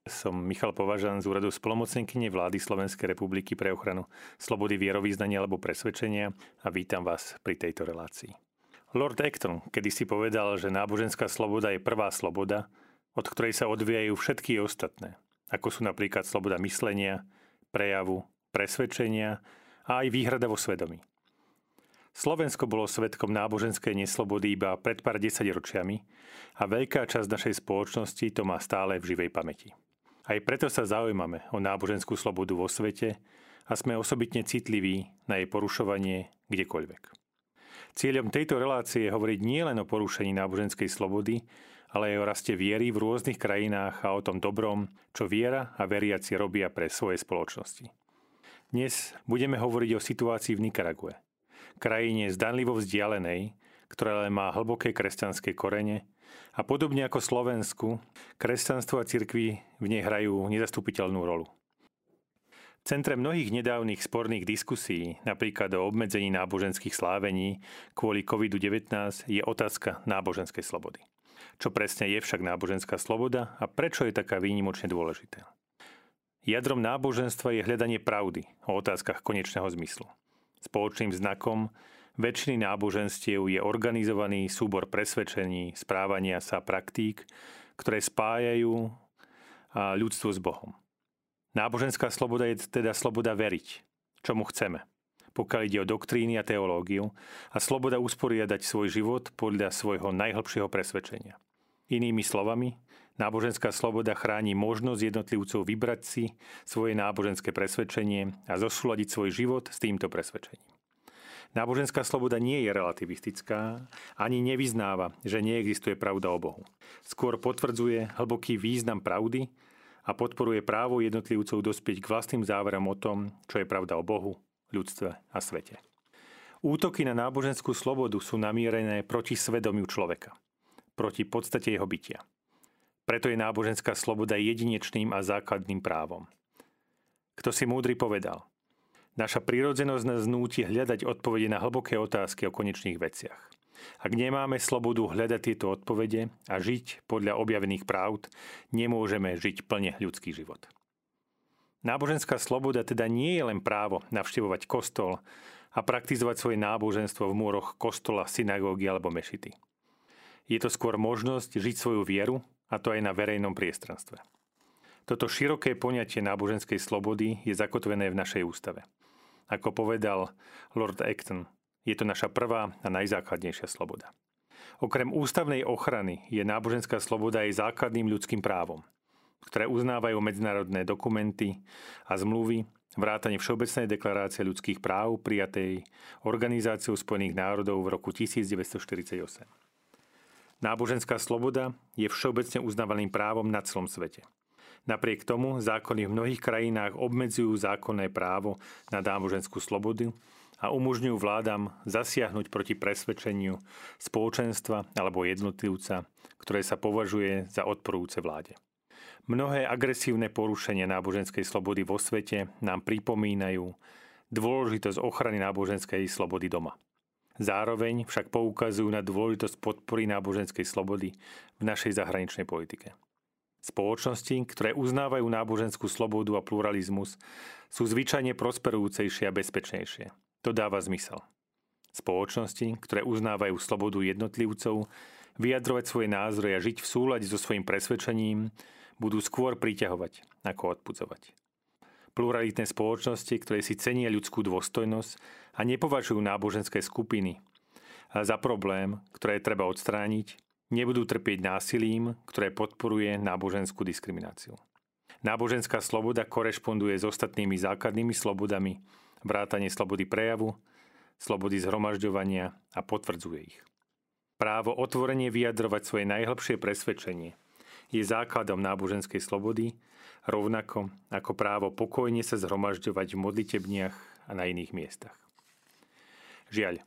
Som Michal Považan z úradu splnomocnenkyne vlády Slovenskej republiky pre ochranu slobody vierovyznania alebo presvedčenia a vítam vás pri tejto relácii. Lord Acton kedysi povedal, že náboženská sloboda je prvá sloboda, od ktorej sa odvíjajú všetky ostatné, ako sú napríklad sloboda myslenia, prejavu, presvedčenia a aj výhrada vo svedomí. Slovensko bolo svedkom náboženskej neslobody iba pred pár desaťročiami a veľká časť našej spoločnosti to má stále v živej pamäti. Aj preto sa zaujímame o náboženskú slobodu vo svete a sme osobitne citliví na jej porušovanie kdekoľvek. Cieľom tejto relácie je hovoriť nielen o porušení náboženskej slobody, ale aj o raste viery v rôznych krajinách a o tom dobrom, čo viera a veriaci robia pre svoje spoločnosti. Dnes budeme hovoriť o situácii v Nikarague, krajine zdanlivo vzdialenej, ktorá má hlboké kresťanské korene a podobne ako Slovensku, kresťanstvo a cirkvi v nej hrajú nezastupiteľnú rolu. V centre mnohých nedávnych sporných diskusí, napríklad o obmedzení náboženských slávení kvôli COVID-19, je otázka náboženskej slobody. Čo presne je však náboženská sloboda a prečo je taká výnimočne dôležitá? Jadrom náboženstva je hľadanie pravdy o otázkach konečného zmyslu. Spoločným znakom väčšiny náboženstiev je organizovaný súbor presvedčení, správania sa, praktík, ktoré spájajú ľudstvo s Bohom. Náboženská sloboda je teda sloboda veriť, čomu chceme, pokiaľ ide o doktríny a teológiu, a sloboda usporiadať svoj život podľa svojho najhlbšieho presvedčenia. Inými slovami, náboženská sloboda chráni možnosť jednotlivcov vybrať si svoje náboženské presvedčenie a zosúladiť svoj život s týmto presvedčením. Náboženská sloboda nie je relativistická, ani nevyznáva, že neexistuje pravda o Bohu. Skôr potvrdzuje hlboký význam pravdy a podporuje právo jednotlivcov dospieť k vlastným záverom o tom, čo je pravda o Bohu, ľudstve a svete. Útoky na náboženskú slobodu sú namierené proti svedomiu človeka, proti podstate jeho bytia. Preto je náboženská sloboda jedinečným a základným právom. Kto si múdry povedal: naša prírodzenosť nás núti hľadať odpovede na hlboké otázky o konečných veciach. Ak nemáme slobodu hľadať tieto odpovede a žiť podľa objavených pravd, nemôžeme žiť plne ľudský život. Náboženská sloboda teda nie je len právo navštevovať kostol a praktizovať svoje náboženstvo v múroch kostola, synagógy alebo mešity. Je to skôr možnosť žiť svoju vieru, a to aj na verejnom priestranstve. Toto široké poňatie náboženskej slobody je zakotvené v našej ústave. Ako povedal Lord Acton, je to naša prvá a najzákladnejšia sloboda. Okrem ústavnej ochrany je náboženská sloboda aj základným ľudským právom, ktoré uznávajú medzinárodné dokumenty a zmluvy, vrátane Všeobecnej deklarácie ľudských práv prijatej Organizáciou spojených národov v roku 1948. Náboženská sloboda je všeobecne uznávaným právom na celom svete. Napriek tomu zákony v mnohých krajinách obmedzujú zákonné právo na náboženskú slobodu a umožňujú vládam zasiahnuť proti presvedčeniu spoločenstva alebo jednotlivca, ktoré sa považuje za odporujúce vláde. Mnohé agresívne porušenia náboženskej slobody vo svete nám pripomínajú dôležitosť ochrany náboženskej slobody doma. Zároveň však poukazujú na dôležitosť podpory náboženskej slobody v našej zahraničnej politike. Spoločnosti, ktoré uznávajú náboženskú slobodu a pluralizmus, sú zvyčajne prosperujúcejšie a bezpečnejšie. To dáva zmysel. Spoločnosti, ktoré uznávajú slobodu jednotlivcov, vyjadrovať svoje názory a žiť v súlade so svojím presvedčením, budú skôr priťahovať ako odpudzovať. Pluralitné spoločnosti, ktoré si cenia ľudskú dôstojnosť a nepovažujú náboženské skupiny za problém, ktoré treba odstrániť, nebudú trpieť násilím, ktoré podporuje náboženskú diskrimináciu. Náboženská sloboda korešponduje s ostatnými základnými slobodami, vrátane slobody prejavu, slobody zhromažďovania a potvrdzuje ich. Právo otvorene vyjadrovať svoje najhlbšie presvedčenie je základom náboženskej slobody, rovnako ako právo pokojne sa zhromažďovať v modlitebniach a na iných miestach. Žiaľ,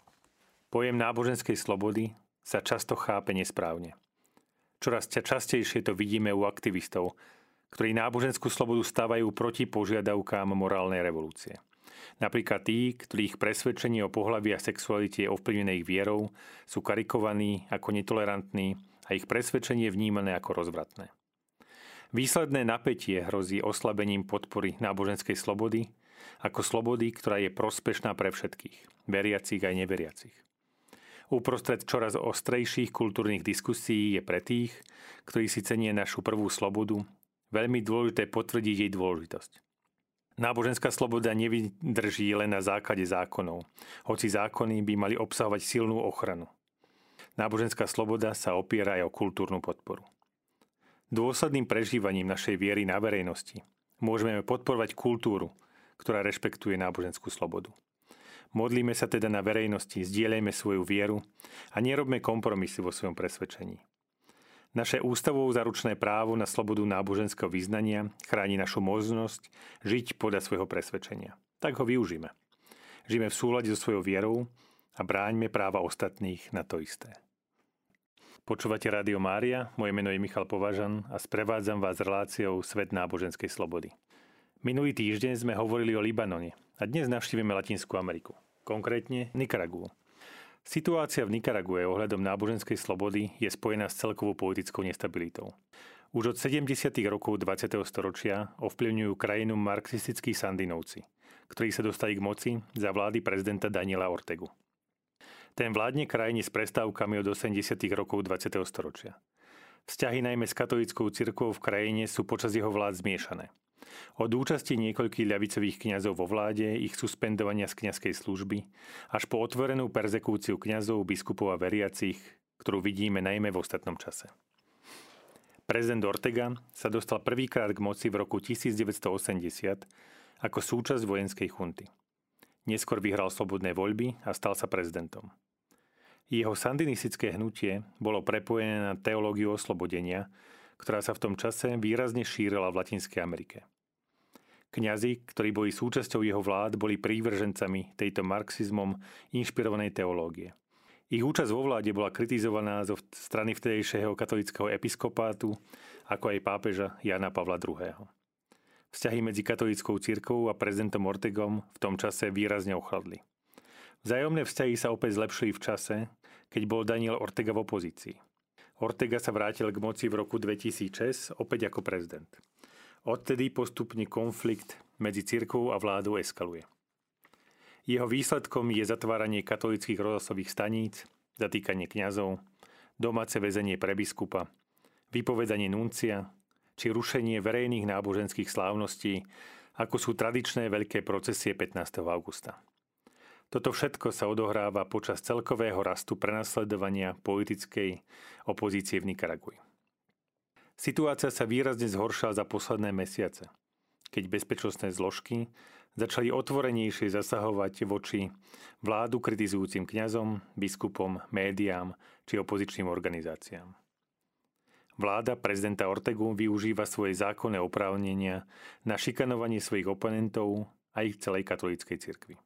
pojem náboženskej slobody sa často chápe nesprávne. Čoraz častejšie to vidíme u aktivistov, ktorí náboženskú slobodu stavajú proti požiadavkám morálnej revolúcie. Napríklad tí, ktorých presvedčenie o pohlaví a sexualite je ovplyvnené ich vierou, sú karikovaní ako netolerantní a ich presvedčenie vnímané ako rozvratné. Výsledné napätie hrozí oslabením podpory náboženskej slobody, ako slobody, ktorá je prospešná pre všetkých, veriacich aj neveriacich. Uprostred čoraz ostrejších kultúrnych diskusí je pre tých, ktorí si cenia našu prvú slobodu, veľmi dôležité potvrdiť jej dôležitosť. Náboženská sloboda nevydrží len na základe zákonov, hoci zákony by mali obsahovať silnú ochranu. Náboženská sloboda sa opiera aj o kultúrnu podporu. Dôsledným prežívaním našej viery na verejnosti môžeme podporovať kultúru, ktorá rešpektuje náboženskú slobodu. Modlíme sa teda na verejnosti, zdieľajme svoju vieru a nerobme kompromisy vo svojom presvedčení. Naše ústavou zaručené právo na slobodu náboženského vyznania chráni našu možnosť žiť podľa svojho presvedčenia. Tak ho využíme. Žijeme v súlade so svojou vierou a bráňme práva ostatných na to isté. Počúvate Rádio Mária, moje meno je Michal Považan a sprevádzam vás reláciou Svet náboženskej slobody. Minulý týždeň sme hovorili o Libanone a dnes navštívime Latinskú Ameriku, konkrétne Nikaragu. Situácia v Nikarague ohľadom náboženskej slobody je spojená s celkovou politickou nestabilitou. Už od 70. rokov 20. storočia ovplyvňujú krajinu marxistickí Sandinovci, ktorí sa dostali k moci za vlády prezidenta Daniela Ortegu. Ten vládne krajine s prestávkami od 80. rokov 20. storočia. Vzťahy najmä s katolíckou cirkvou v krajine sú počas jeho vlád zmiešané. Od účasti niekoľkých ľavicových kňazov vo vláde, ich suspendovania z kňazskej služby, až po otvorenú perzekúciu kňazov, biskupov a veriacich, ktorú vidíme najmä v ostatnom čase. Prezident Ortega sa dostal prvýkrát k moci v roku 1980 ako súčasť vojenskej chunty. Neskôr vyhral slobodné voľby a stal sa prezidentom. Jeho sandinistické hnutie bolo prepojené na teológiu oslobodenia, ktorá sa v tom čase výrazne šírila v Latinskej Amerike. Kňazi, ktorí boli súčasťou jeho vlád, boli prívržencami tejto marxizmom inšpirovanej teológie. Ich účasť vo vláde bola kritizovaná zo strany vtedejšieho katolíckeho episkopátu, ako aj pápeža Jana Pavla II. Vzťahy medzi katolíckou cirkvou a prezidentom Ortegom v tom čase výrazne ochladli. Vzájomné vzťahy sa opäť zlepšili v čase, keď bol Daniel Ortega v opozícii. Ortega sa vrátil k moci v roku 2006 opäť ako prezident. Odtedy postupne konflikt medzi cirkvou a vládou eskaluje. Jeho výsledkom je zatváranie katolíckych rozhlasových staníc, zatýkanie kňazov, domáce väzenie pre biskupa, vypovedanie nuncia či rušenie verejných náboženských slávností, ako sú tradičné veľké procesie 15. augusta. Toto všetko sa odohráva počas celkového rastu prenasledovania politickej opozície v Nikaragui. Situácia sa výrazne zhoršila za posledné mesiace, keď bezpečnostné zložky začali otvorenejšie zasahovať voči vládu kritizujúcim kňazom, biskupom, médiám či opozičným organizáciám. Vláda prezidenta Ortegu využíva svoje zákonné oprávnenia na šikanovanie svojich oponentov a ich celej katolíckej cirkvi.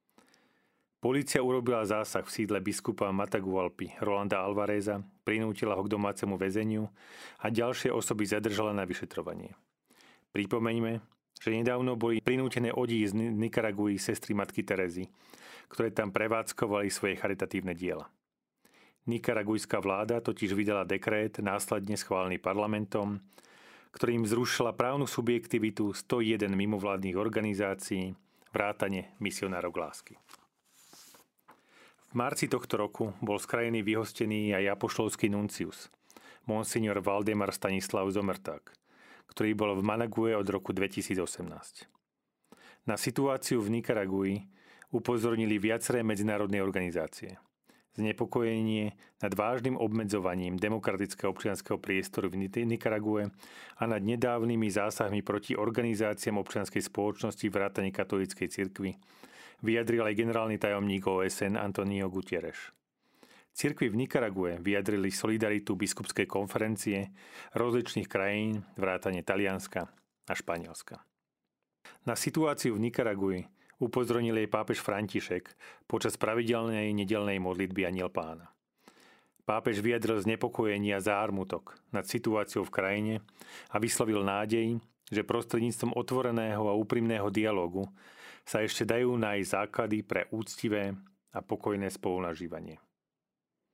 Polícia urobila zásah v sídle biskupa Matagualpy Rolanda Alvareza, prinútila ho k domácemu väzeniu a ďalšie osoby zadržala na vyšetrovanie. Pripomeňme, že nedávno boli prinútené odísť z Nikaraguji sestry matky Terezy, ktoré tam prevádzkovali svoje charitatívne diela. Nikaragujská vláda totiž vydala dekrét následne schválený parlamentom, ktorým zrušila právnu subjektivitu 101 mimovládnych organizácií vrátane misionárov lásky. V marci tohto roku bol z krajiny vyhostený aj apoštolský nuncius, monsignor Valdemar Stanislav Zomerták, ktorý bol v Manague od roku 2018. Na situáciu v Nikaragui upozornili viaceré medzinárodné organizácie. Znepokojenie nad vážnym obmedzovaním demokratického občianskeho priestoru v Nikarague a nad nedávnymi zásahmi proti organizáciám občianskej spoločnosti vrátane katolíckej cirkvi vyjadril aj generálny tajomník OSN Antonio Guterres. Cirkvi v Nikarague vyjadrili solidaritu biskupskej konferencie rozličných krajín vrátane Talianska a Španielska. Na situáciu v Nikaragui upozornil jej pápež František počas pravidelnej nedeľnej modlitby Anjel Pána. Pápež vyjadril znepokojenie a zármutok nad situáciou v krajine a vyslovil nádej, že prostredníctvom otvoreného a úprimného dialógu sa ešte dajú nájsť základy pre úctivé a pokojné spolunažívanie. K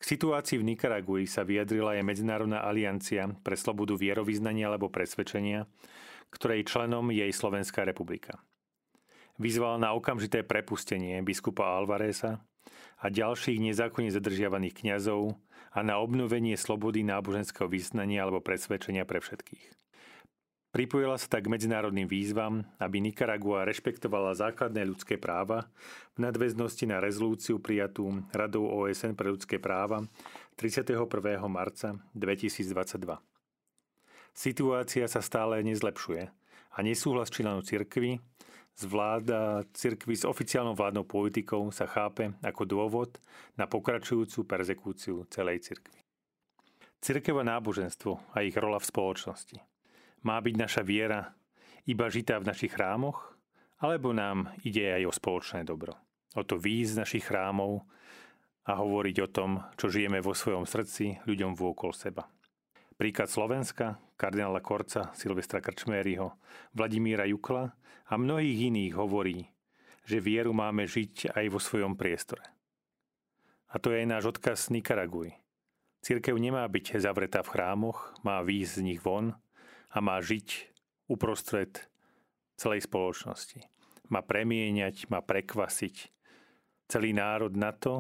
K situácii v Nikaragui sa vyjadrila aj Medzinárodná aliancia pre slobodu vierovyznania alebo presvedčenia, ktorej členom je aj Slovenská republika. Vyzval na okamžité prepustenie biskupa Alvareza a ďalších nezákonne zadržiavaných kňazov a na obnovenie slobody náboženského vyznania alebo presvedčenia pre všetkých. Pripojila sa tak k medzinárodným výzvam, aby Nikaragua rešpektovala základné ľudské práva v nadväznosti na rezolúciu prijatú Radou OSN pre ľudské práva 31. marca 2022. Situácia sa stále nezlepšuje a nesúhlas členov cirkvi vláda cirkvi s oficiálnou vládnou politikou sa chápe ako dôvod na pokračujúcu perzekúciu celej cirkvi. Cirkev a náboženstvo a ich rola v spoločnosti. Má byť naša viera iba žitá v našich chrámoch, alebo nám ide aj o spoločné dobro? O to výjsť z našich chrámov a hovoriť o tom, čo žijeme vo svojom srdci ľuďom vôkol seba. Príklad Slovenska, kardinála Korca, Silvestra Krčméryho, Vladimíra Jukla a mnohých iných hovorí, že vieru máme žiť aj vo svojom priestore. A to je aj náš odkaz Nikaraguji. Cirkev nemá byť zavretá v chrámoch, má výjsť z nich von a má žiť uprostred celej spoločnosti. Má premieňať, má prekvasiť celý národ na to,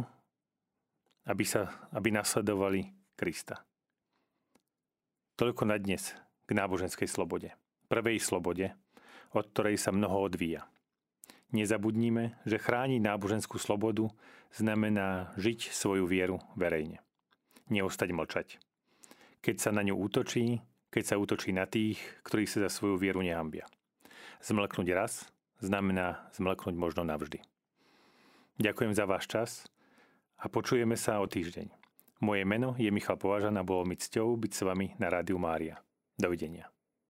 aby nasledovali Krista. Toľko na dnes k náboženskej slobode. Prvej slobode, od ktorej sa mnoho odvíja. Nezabudnime, že chrániť náboženskú slobodu znamená žiť svoju vieru verejne. Neostať mlčať. Keď sa na ňu útočí, keď sa útočí na tých, ktorí sa za svoju vieru nehanbia. Zmlknúť raz znamená zmlknúť možno navždy. Ďakujem za váš čas a počujeme sa o týždeň. Moje meno je Michal Považan a bolo mi cťou byť s vami na Rádiu Mária. Dovidenia.